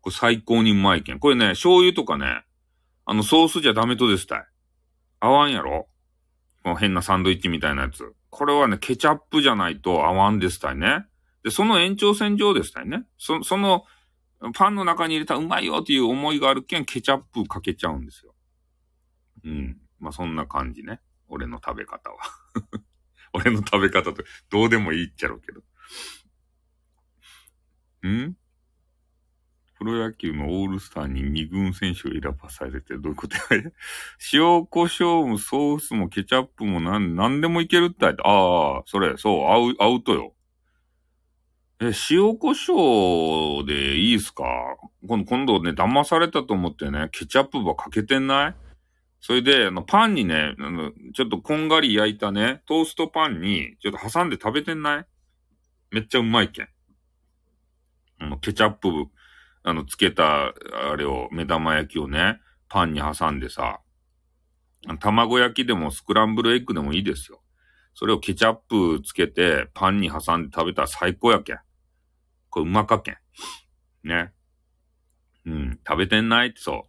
これ最高にうまいけん。これね、醤油とかね、ソースじゃダメとですたい。合わんやろ？この変なサンドイッチみたいなやつ。これはね、ケチャップじゃないと合わんですたいね。で、その延長線上ですたいね。その、パンの中に入れたらうまいよっていう思いがあるけん、ケチャップかけちゃうんですよ。うん。まあ、そんな感じね。俺の食べ方は。俺の食べ方ってどうでもいいっちゃろうけど。プロ野球のオールスターに2軍選手を選ばされてどういうことや塩胡椒もソースもケチャップもなんでもいけるってああ、それ、そう、合うとよ。塩胡椒でいいっすか？今度ね、騙されたと思ってね、ケチャップばかけてんない？それで、パンにね、ちょっとこんがり焼いたね、トーストパンに、ちょっと挟んで食べてんない？めっちゃうまいけん。ケチャップ、つけた、あれを、目玉焼きをね、パンに挟んでさ、卵焼きでもスクランブルエッグでもいいですよ。それをケチャップつけて、パンに挟んで食べたら最高やけん。これうまかけん。ね。うん、食べてんないってそう。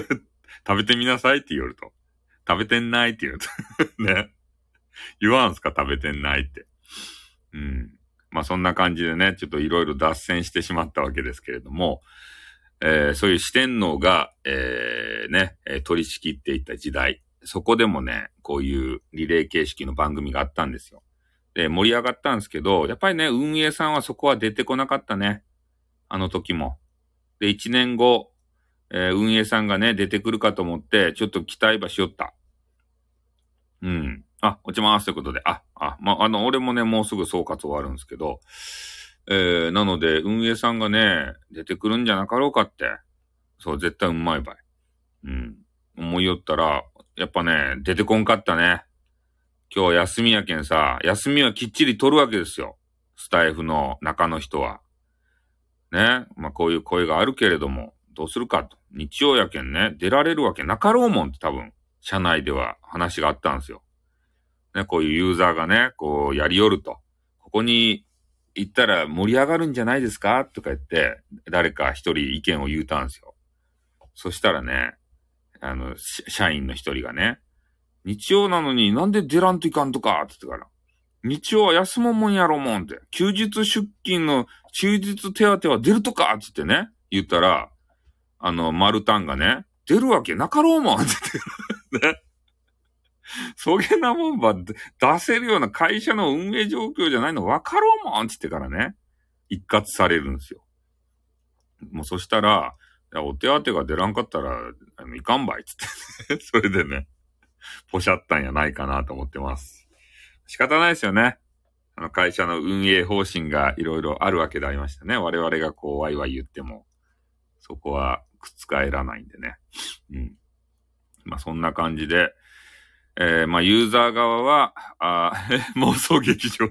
食べてみなさいって言われると。食べてんないって言うと。ね。言わんすか食べてんないって。うん。まあそんな感じでね、ちょっといろいろ脱線してしまったわけですけれども、そういう四天王が、取り仕切っていた時代、そこでもね、こういうリレー形式の番組があったんですよ。で、盛り上がったんですけど、やっぱりね、運営さんはそこは出てこなかったね。あの時も。で、1年後、運営さんがね、出てくるかと思って、ちょっと期待ばしよった。うん。落ちますということで。俺もね、もうすぐ総括終わるんですけど、なので、運営さんがね、出てくるんじゃなかろうかって。そう、絶対うまいばい。うん。思いよったら、やっぱね、出てこんかったね。今日休みやけんさ、休みはきっちり取るわけですよ。スタイフの中の人は。ね。まあ、こういう声があるけれども、どうするかと。日曜やけんね、出られるわけなかろうもんって多分、社内では話があったんですよ。ね、こういうユーザーがね、こうやりよると。ここに行ったら盛り上がるんじゃないですかとか言って、誰か一人意見を言うたんですよ。そしたらね、社員の一人がね、日曜なのになんで出らんといかんとかって言ってから、日曜は休もんもんやろもんって、休日出勤の休日手当は出るとかって言ってね、言ったら、マルタンがね、出るわけなかろうもんって言って、ね。そげなもんば出せるような会社の運営状況じゃないの分かろうもんって言ってからね、一括されるんですよ。もうそしたら、お手当が出らんかったら、いかんばいっつって、それでね、ポシャったんやないかなと思ってます。仕方ないですよね。会社の運営方針がいろいろあるわけでありましたね。我々がこうワイワイ言っても、そこは覆らないんでね。うん。まあそんな感じで、まあユーザー側は、妄想劇場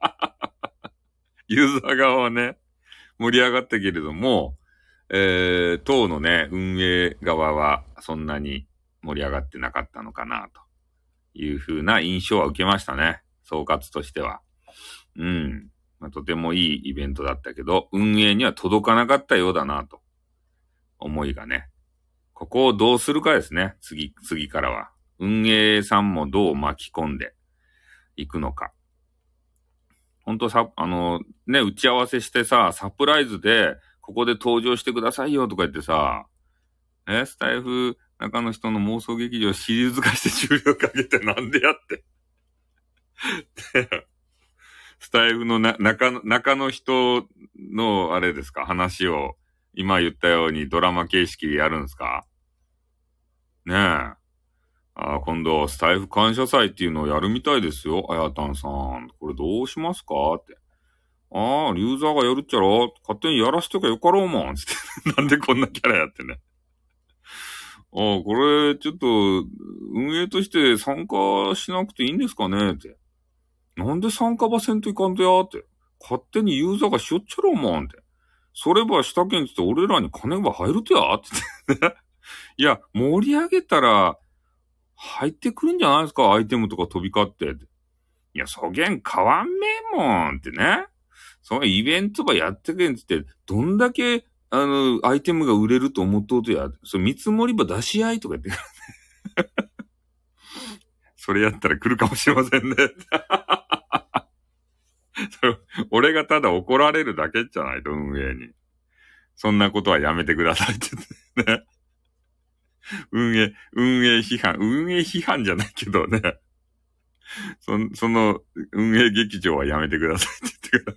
ユーザー側はね、盛り上がったけれども、当のね、運営側はそんなに盛り上がってなかったのかな、というふうな印象は受けましたね。総括としては。うん。まあ、とてもいいイベントだったけど、運営には届かなかったようだな、と。思いがね。ここをどうするかですね。次からは。運営さんもどう巻き込んでいくのか。本当さ、打ち合わせしてさ、サプライズで、ここで登場してくださいよとか言ってさ、スタイフ中の人の妄想劇場シリーズ化して終了かけてなんでやって。スタイフの中の人のあれですか、話を今言ったようにドラマ形式でやるんですかねえ。今度、スタイフ感謝祭っていうのをやるみたいですよ。あやたんさん。これどうしますかって。ユーザーがやるっちゃろ勝手にやらしとかよかろうもん。つって。なんでこんなキャラやってね。これ、ちょっと、運営として参加しなくていいんですかねって。なんで参加ばせんといかんとやって。勝手にユーザーがしよっちゃろうもんって。そればしたけんって俺らに金が入るとやって言ってね。いや、盛り上げたら、入ってくるんじゃないですかアイテムとか飛び交って。いや、そげん変わんめえもんってね。そのイベントばやってけんって、どんだけ、 アイテムが売れると思っとうとや、見積もりば出し合いとか言ってそれやったら来るかもしれませんね。俺がただ怒られるだけじゃないと、運営に。そんなことはやめてくださいって言ってね。運営批判じゃないけどね。その、運営劇場はやめてくださいって言ってから。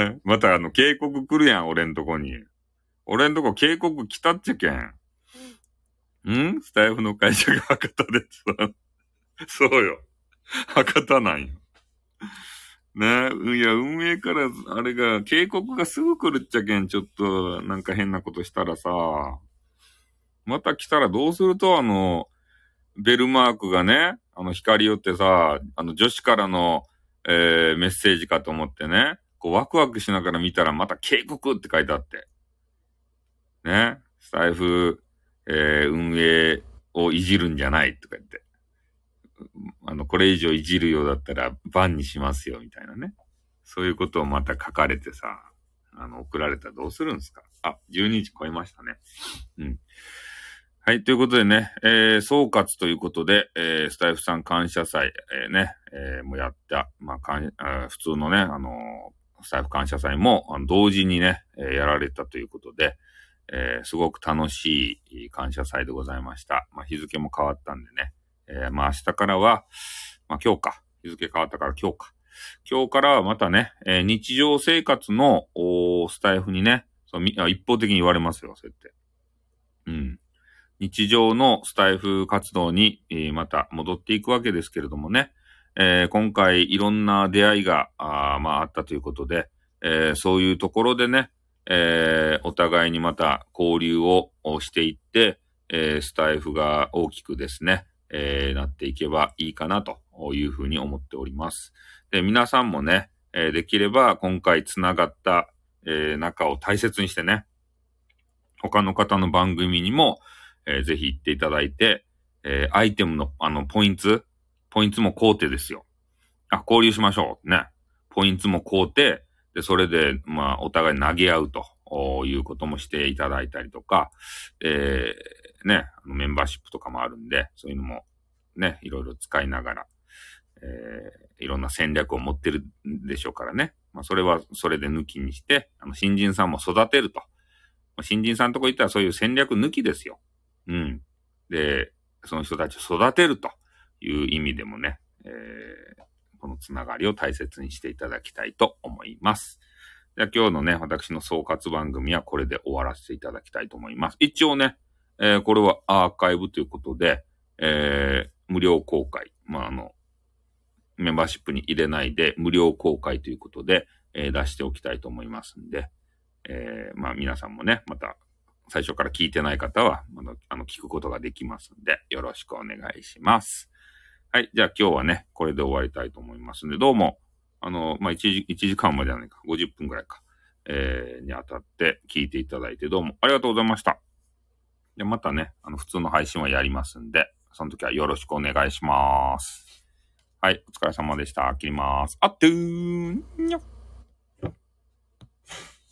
ね。また警告来るやん、俺んとこに。俺んとこ警告来たっちゃけん。スタイフの会社が博多です。そうよ。博多なんよ。ね。いや、運営から、あれが、警告がすぐ来るっちゃけん、ちょっと、なんか変なことしたらさ、また来たらどうすると、ベルマークがね、光よってさ、女子からの、メッセージかと思ってね、こうワクワクしながら見たらまた警告って書いてあって。ね。スタイフ、運営をいじるんじゃないとか言って。これ以上いじるようだったらバンにしますよみたいなね。そういうことをまた書かれてさ、送られたらどうするんですか？あ、12時超えましたね。うん。はい、ということでね、総括ということで、スタイフさん感謝祭、もうやった。まあ、普通のね、スタイフ感謝祭も、同時にね、やられたということで、すごく楽しい感謝祭でございました。まあ、日付も変わったんでね、まあ、明日からは、まあ、今日か。日付変わったから今日か。今日からはまたね、日常生活の、スタイフにね、一方的に言われますよ、そうやって。うん。日常のスタイフ活動に、また戻っていくわけですけれどもね、今回いろんな出会いがあったということで、そういうところでね、お互いにまた交流をしていって、スタイフが大きくですね、なっていけばいいかなというふうに思っております。で、皆さんもね、できれば今回つながった、仲を大切にしてね、他の方の番組にも、ぜひ行っていただいて、アイテムの、ポイントも買うてですよ。交流しましょう。ね。ポイントも買うて、で、それで、まあ、お互い投げ合うということもしていただいたりとか、ね、メンバーシップとかもあるんで、そういうのも、ね、いろいろ使いながら、いろんな戦略を持ってるんでしょうからね。まあ、それは、それで抜きにして、新人さんも育てると。新人さんとこ行ったらそういう戦略抜きですよ。うん。で、その人たちを育てるという意味でもね、このつながりを大切にしていただきたいと思います。じゃあ今日のね、私の総括番組はこれで終わらせていただきたいと思います。一応ね、これはアーカイブということで、無料公開。まあ、メンバーシップに入れないで無料公開ということで、出しておきたいと思いますんで、まあ皆さんもね、また最初から聞いてない方は、聞くことができますんで、よろしくお願いします。はい。じゃあ今日はね、これで終わりたいと思いますんで、どうも、まあ1時間まではないか、50分くらいか、にあたって聞いていただいてどうもありがとうございました。で、またね、普通の配信はやりますんで、その時はよろしくお願いします。はい。お疲れ様でした。切ります。あっとーんにゃっ。